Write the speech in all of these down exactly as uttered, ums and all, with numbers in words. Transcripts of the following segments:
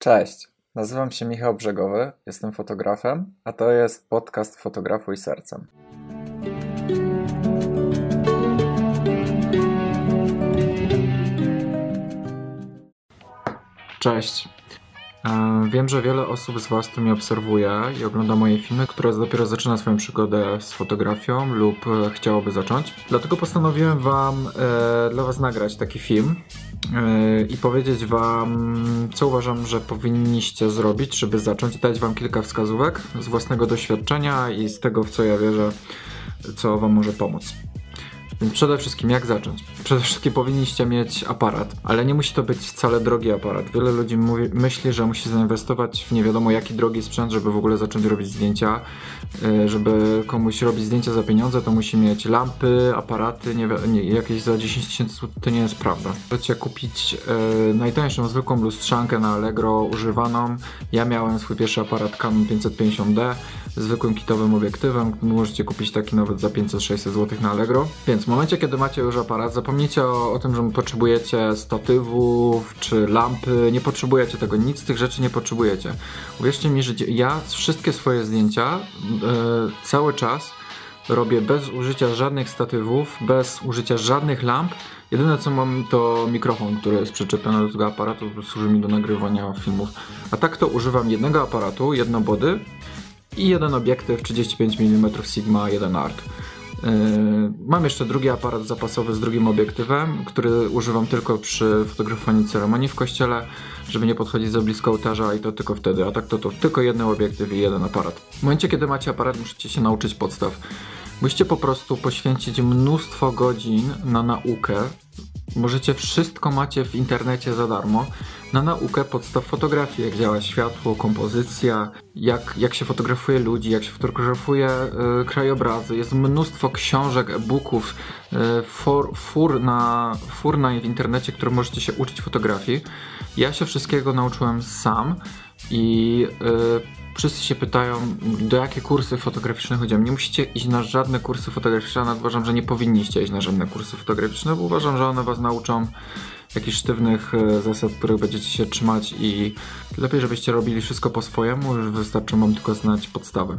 Cześć, nazywam się Michał Brzegowy, jestem fotografem, a to jest podcast Fotografuj Sercem. Cześć. Wiem, że wiele osób z Was tu mnie obserwuje i ogląda moje filmy, które dopiero zaczyna swoją przygodę z fotografią lub chciałoby zacząć. Dlatego postanowiłem Wam, e, dla Was nagrać taki film e, i powiedzieć Wam, co uważam, że powinniście zrobić, żeby zacząć, i dać Wam kilka wskazówek z własnego doświadczenia i z tego, w co ja wierzę, co Wam może pomóc. Więc przede wszystkim jak zacząć? Przede wszystkim powinniście mieć aparat, ale nie musi to być wcale drogi aparat. Wiele ludzi mówi, myśli, że musi zainwestować w nie wiadomo jaki drogi sprzęt, żeby w ogóle zacząć robić zdjęcia. Żeby komuś robić zdjęcia za pieniądze, to musi mieć lampy, aparaty, nie, nie, jakieś za dziesięć tysięcy złotych, to nie jest prawda. Możecie kupić e, najtańszą zwykłą lustrzankę na Allegro, używaną. Ja miałem swój pierwszy aparat Canon pięćset pięćdziesiąt D, zwykłym kitowym obiektywem. Możecie kupić taki nawet za pięćset sześćset złotych na Allegro. Więc w momencie, kiedy macie już aparat, zapomnijcie o, o tym, że potrzebujecie statywów czy lampy. Nie potrzebujecie tego, nic z tych rzeczy nie potrzebujecie. Uwierzcie mi, że ja wszystkie swoje zdjęcia e, cały czas robię bez użycia żadnych statywów, bez użycia żadnych lamp. Jedyne co mam to mikrofon, który jest przyczepiony do tego aparatu, służy mi do nagrywania filmów. A tak to używam jednego aparatu, jedno body i jeden obiektyw trzydzieści pięć milimetrów Sigma jeden Art. Yy, mam jeszcze drugi aparat zapasowy z drugim obiektywem, który używam tylko przy fotografowaniu ceremonii w kościele, żeby nie podchodzić za blisko ołtarza, i to tylko wtedy, a tak to, to tylko jeden obiektyw i jeden aparat. W momencie, kiedy macie aparat, musicie się nauczyć podstaw. Musicie po prostu poświęcić mnóstwo godzin na naukę. Możecie, wszystko macie w internecie za darmo, na naukę podstaw fotografii, jak działa światło, kompozycja, jak, jak się fotografuje ludzi, jak się fotografuje y, krajobrazy. Jest mnóstwo książek, e-booków, y, for, fur, na, fur na w internecie, które możecie się uczyć fotografii. Ja się wszystkiego nauczyłem sam i y, wszyscy się pytają, do jakie kursy fotograficzne chodziłem. Nie musicie iść na żadne kursy fotograficzne, nawet uważam, że nie powinniście iść na żadne kursy fotograficzne, bo uważam, że one was nauczą jakichś sztywnych zasad, których będziecie się trzymać, i lepiej, żebyście robili wszystko po swojemu, już wystarczy wam tylko znać podstawy.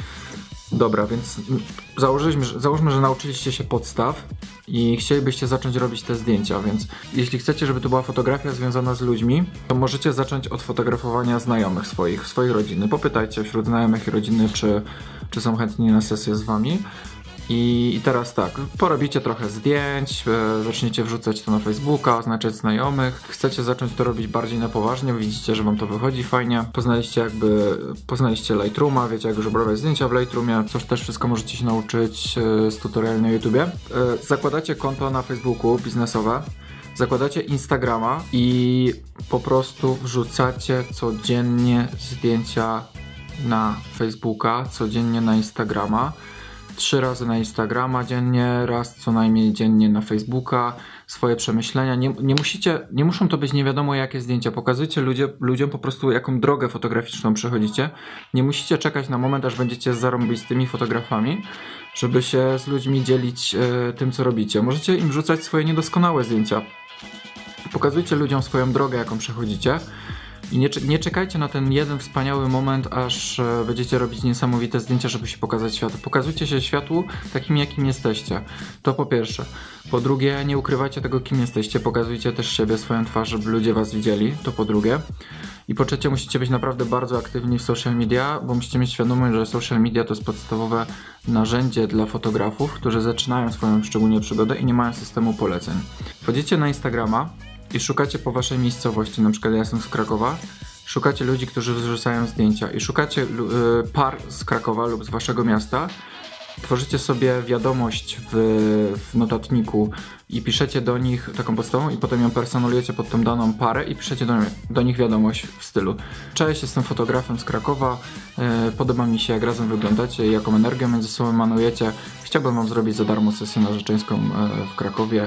Dobra, więc założyliśmy, że, załóżmy, że nauczyliście się podstaw i chcielibyście zacząć robić te zdjęcia, więc jeśli chcecie, żeby to była fotografia związana z ludźmi, to możecie zacząć od fotografowania znajomych swoich, swojej rodziny. Popytajcie wśród znajomych i rodziny, czy, czy są chętni na sesję z wami. I, I teraz tak, porobicie trochę zdjęć, e, zaczniecie wrzucać to na Facebooka, oznaczać znajomych. Chcecie zacząć to robić bardziej na poważnie, widzicie, że wam to wychodzi fajnie. Poznaliście jakby, poznaliście Lightrooma, wiecie jak już obrobić zdjęcia w Lightroomie, coś też wszystko możecie się nauczyć e, z tutoriali na YouTubie. E, zakładacie konto na Facebooku biznesowe, zakładacie Instagrama i po prostu wrzucacie codziennie zdjęcia na Facebooka, codziennie na Instagrama. Trzy razy na Instagrama dziennie, raz co najmniej dziennie na Facebooka, swoje przemyślenia. Nie, nie musicie, nie muszą to być nie wiadomo jakie zdjęcia. Pokazujcie ludzie, ludziom po prostu jaką drogę fotograficzną przechodzicie. Nie musicie czekać na moment, aż będziecie zarąbistymi fotografami, żeby się z ludźmi dzielić e, tym, co robicie. Możecie im wrzucać swoje niedoskonałe zdjęcia. Pokazujcie ludziom swoją drogę, jaką przechodzicie. I nie, nie czekajcie na ten jeden wspaniały moment, aż e, będziecie robić niesamowite zdjęcia, żeby się pokazać światu. Pokazujcie się światu takim, jakim jesteście. To po pierwsze. Po drugie, nie ukrywajcie tego, kim jesteście. Pokazujcie też siebie, swoją twarz, żeby ludzie was widzieli. To po drugie. I po trzecie, musicie być naprawdę bardzo aktywni w social media, bo musicie mieć świadomość, że social media to jest podstawowe narzędzie dla fotografów, którzy zaczynają swoją szczególnie przygodę i nie mają systemu poleceń. Wchodzicie na Instagrama i szukacie po waszej miejscowości, na przykład ja jestem z Krakowa, szukacie ludzi, którzy wrzucają zdjęcia i szukacie y, par z Krakowa lub z waszego miasta, tworzycie sobie wiadomość w, w notatniku i piszecie do nich taką podstawą i potem ją personalizujecie pod tą daną parę i piszecie do, do nich wiadomość w stylu: cześć, jestem fotografem z Krakowa, y, podoba mi się jak razem wyglądacie i jaką energię między sobą emanujecie, chciałbym wam zrobić za darmo sesję narzeczeńską y, w Krakowie.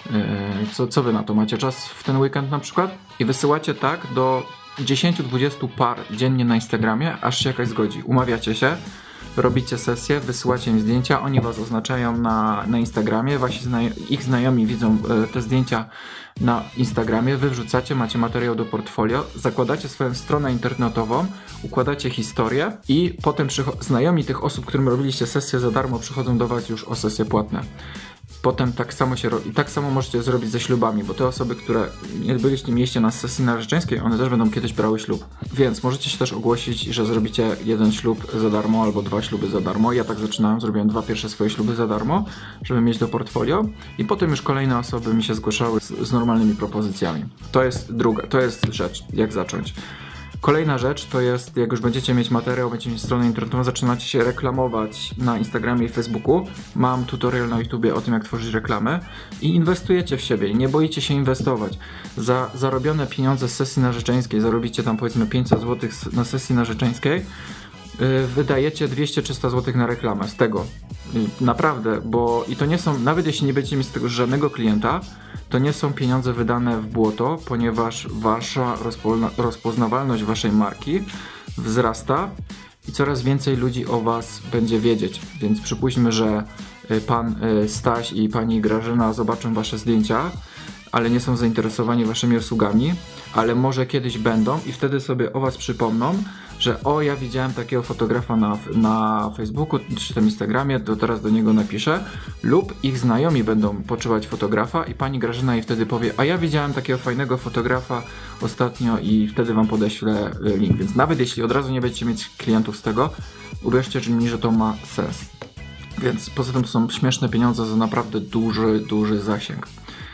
Co, co wy na to? Macie czas w ten weekend na przykład? I wysyłacie tak do dziesięć do dwudziestu par dziennie na Instagramie, aż się jakaś zgodzi. Umawiacie się, robicie sesję, wysyłacie im zdjęcia, oni was oznaczają na, na Instagramie, wasi zna ich znajomi widzą e, te zdjęcia na Instagramie, wy wrzucacie, macie materiał do portfolio, zakładacie swoją stronę internetową, układacie historię i potem znajomi tych osób, którym robiliście sesję za darmo, przychodzą do was już o sesje płatne. Potem tak samo się robi. I tak samo możecie zrobić ze ślubami, bo te osoby, które nie byliście, mieliście na sesji narzeczeńskiej, one też będą kiedyś brały ślub. Więc możecie się też ogłosić, że zrobicie jeden ślub za darmo albo dwa śluby za darmo. Ja tak zaczynałem, zrobiłem dwa pierwsze swoje śluby za darmo, żeby mieć do portfolio i potem już kolejne osoby mi się zgłaszały z, z normalnymi propozycjami. To jest druga, to jest rzecz, jak zacząć. Kolejna rzecz to jest, jak już będziecie mieć materiał, będziecie mieć stronę internetową, zaczynacie się reklamować na Instagramie i Facebooku. Mam tutorial na YouTubie o tym, jak tworzyć reklamy i inwestujecie w siebie i nie boicie się inwestować. Za zarobione pieniądze z sesji narzeczeńskiej, zarobicie tam powiedzmy pięćset złotych na sesji narzeczeńskiej, yy, wydajecie dwieście trzysta złotych na reklamę z tego. Yy, naprawdę, bo i to nie są, nawet jeśli nie będziecie mieć z tego żadnego klienta, to nie są pieniądze wydane w błoto, ponieważ wasza rozpozna rozpoznawalność waszej marki wzrasta i coraz więcej ludzi o was będzie wiedzieć. Więc przypuśćmy, że pan Staś i pani Grażyna zobaczą wasze zdjęcia, ale nie są zainteresowani waszymi usługami, ale może kiedyś będą i wtedy sobie o was przypomną, że o, ja widziałem takiego fotografa na, na Facebooku czy tam Instagramie, to teraz do niego napiszę, lub ich znajomi będą potrzebować fotografa i pani Grażyna jej wtedy powie, a ja widziałem takiego fajnego fotografa ostatnio i wtedy wam podeślę link, więc nawet jeśli od razu nie będziecie mieć klientów z tego, uwierzcie mi, że to ma sens. Więc poza tym to są śmieszne pieniądze za naprawdę duży, duży zasięg.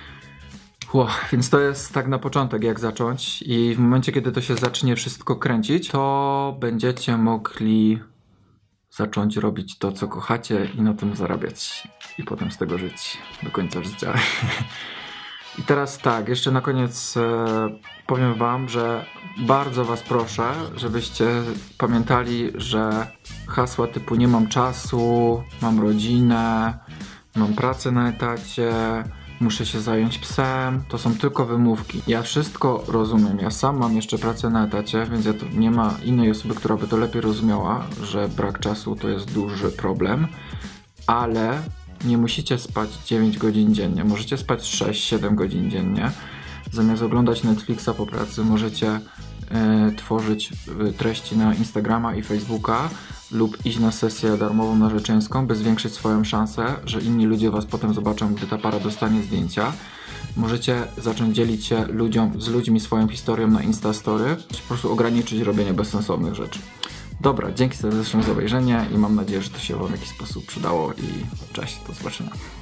Wow, więc to jest tak na początek, jak zacząć i w momencie, kiedy to się zacznie wszystko kręcić, to będziecie mogli zacząć robić to, co kochacie i na tym zarabiać i potem z tego żyć do końca życia. I teraz tak, jeszcze na koniec e, powiem wam, że bardzo was proszę, żebyście pamiętali, że hasła typu nie mam czasu, mam rodzinę, mam pracę na etacie, muszę się zająć psem, to są tylko wymówki. Ja wszystko rozumiem, ja sam mam jeszcze pracę na etacie, więc ja to, nie ma innej osoby, która by to lepiej rozumiała, że brak czasu to jest duży problem, ale nie musicie spać dziewięć godzin dziennie, możecie spać sześć siedem godzin dziennie. Zamiast oglądać Netflixa po pracy możecie y, tworzyć y, treści na Instagrama i Facebooka lub iść na sesję darmową narzeczeńską, by zwiększyć swoją szansę, że inni ludzie was potem zobaczą, gdy ta para dostanie zdjęcia. Możecie zacząć dzielić się ludziom, z ludźmi swoją historią na Instastory, po prostu ograniczyć robienie bezsensownych rzeczy. Dobra, dzięki serdecznie za obejrzenie i mam nadzieję, że to się wam w jakiś sposób przydało i cześć, do zobaczenia.